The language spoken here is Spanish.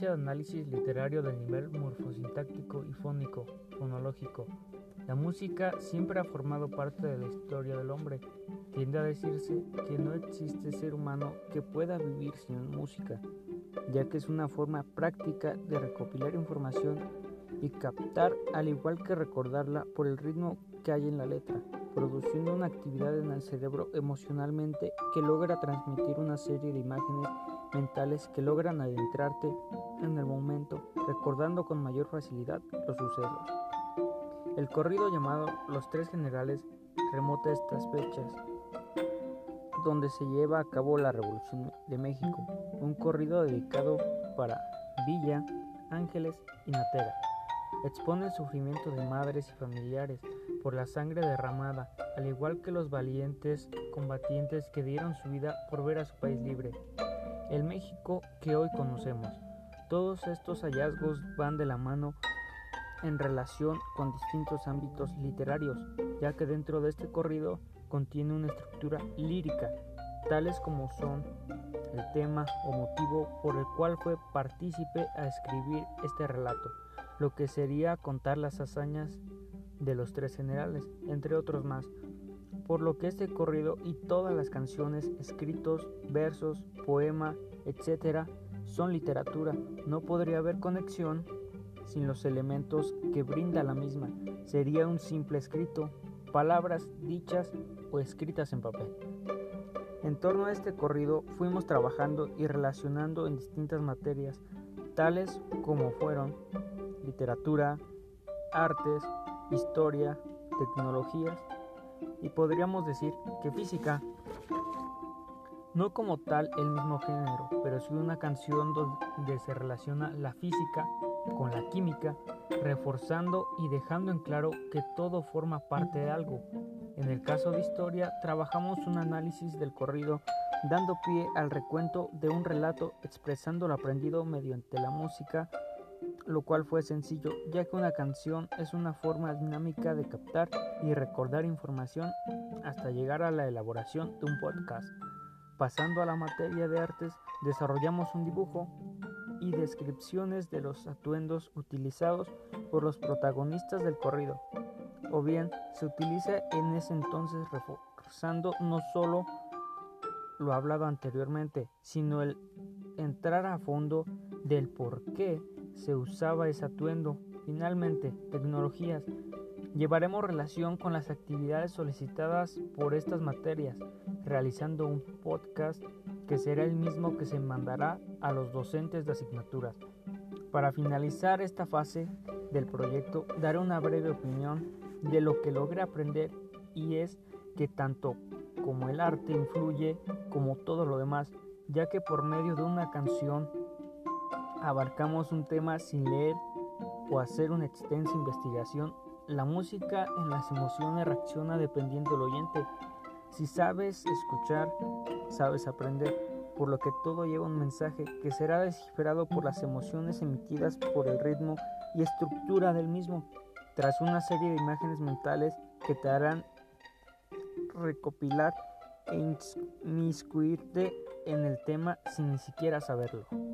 ciencia de análisis literario del nivel morfosintáctico y fónico, fonológico. La música siempre ha formado parte de la historia del hombre. Tiende a decirse que no existe ser humano que pueda vivir sin música, ya que es una forma práctica de recopilar información y captar, al igual que recordarla por el ritmo que hay en la letra, produciendo una actividad en el cerebro emocionalmente que logra transmitir una serie de imágenes mentales que logran adentrarte en el momento, recordando con mayor facilidad los sucesos. El corrido llamado Los Tres Generales remota estas fechas, donde se lleva a cabo la Revolución de México, un corrido dedicado para Villa, Ángeles y Natera. Expone el sufrimiento de madres y familiares por la sangre derramada, al igual que los valientes combatientes que dieron su vida por ver a su país libre, el México que hoy conocemos. Todos estos hallazgos van de la mano en relación con distintos ámbitos literarios, ya que dentro de este corrido contiene una estructura lírica, tales como son el tema o motivo por el cual fue partícipe a escribir este relato, lo que sería contar las hazañas de los tres generales, entre otros más, por lo que este corrido y todas las canciones, escritos, versos, poema, etc., son literatura. No podría haber conexión sin los elementos que brinda la misma. Sería un simple escrito, palabras dichas o escritas en papel. En torno a este corrido fuimos trabajando y relacionando en distintas materias, tales como fueron literatura, artes, historia, tecnologías y podríamos decir que física. No como tal el mismo género, pero sí una canción donde se relaciona la física con la química, reforzando y dejando en claro que todo forma parte de algo. En el caso de historia, trabajamos un análisis del corrido, dando pie al recuento de un relato expresando lo aprendido mediante la música, lo cual fue sencillo, ya que una canción es una forma dinámica de captar y recordar información hasta llegar a la elaboración de un podcast. Pasando a la materia de artes, desarrollamos un dibujo y descripciones de los atuendos utilizados por los protagonistas del corrido, o bien se utiliza en ese entonces reforzando no solo lo hablado anteriormente, sino el entrar a fondo del por qué se usaba ese atuendo. Finalmente, tecnologías. Llevaremos relación con las actividades solicitadas por estas materias, realizando un podcast que será el mismo que se mandará a los docentes de asignaturas. Para finalizar esta fase del proyecto, daré una breve opinión de lo que logré aprender, y es que tanto como el arte influye como todo lo demás, ya que por medio de una canción abarcamos un tema sin leer o hacer una extensa investigación. La música en las emociones reacciona dependiendo del oyente. Si sabes escuchar, sabes aprender, por lo que todo lleva un mensaje que será descifrado por las emociones emitidas por el ritmo y estructura del mismo, tras una serie de imágenes mentales que te harán recopilar e inmiscuirte en el tema sin ni siquiera saberlo.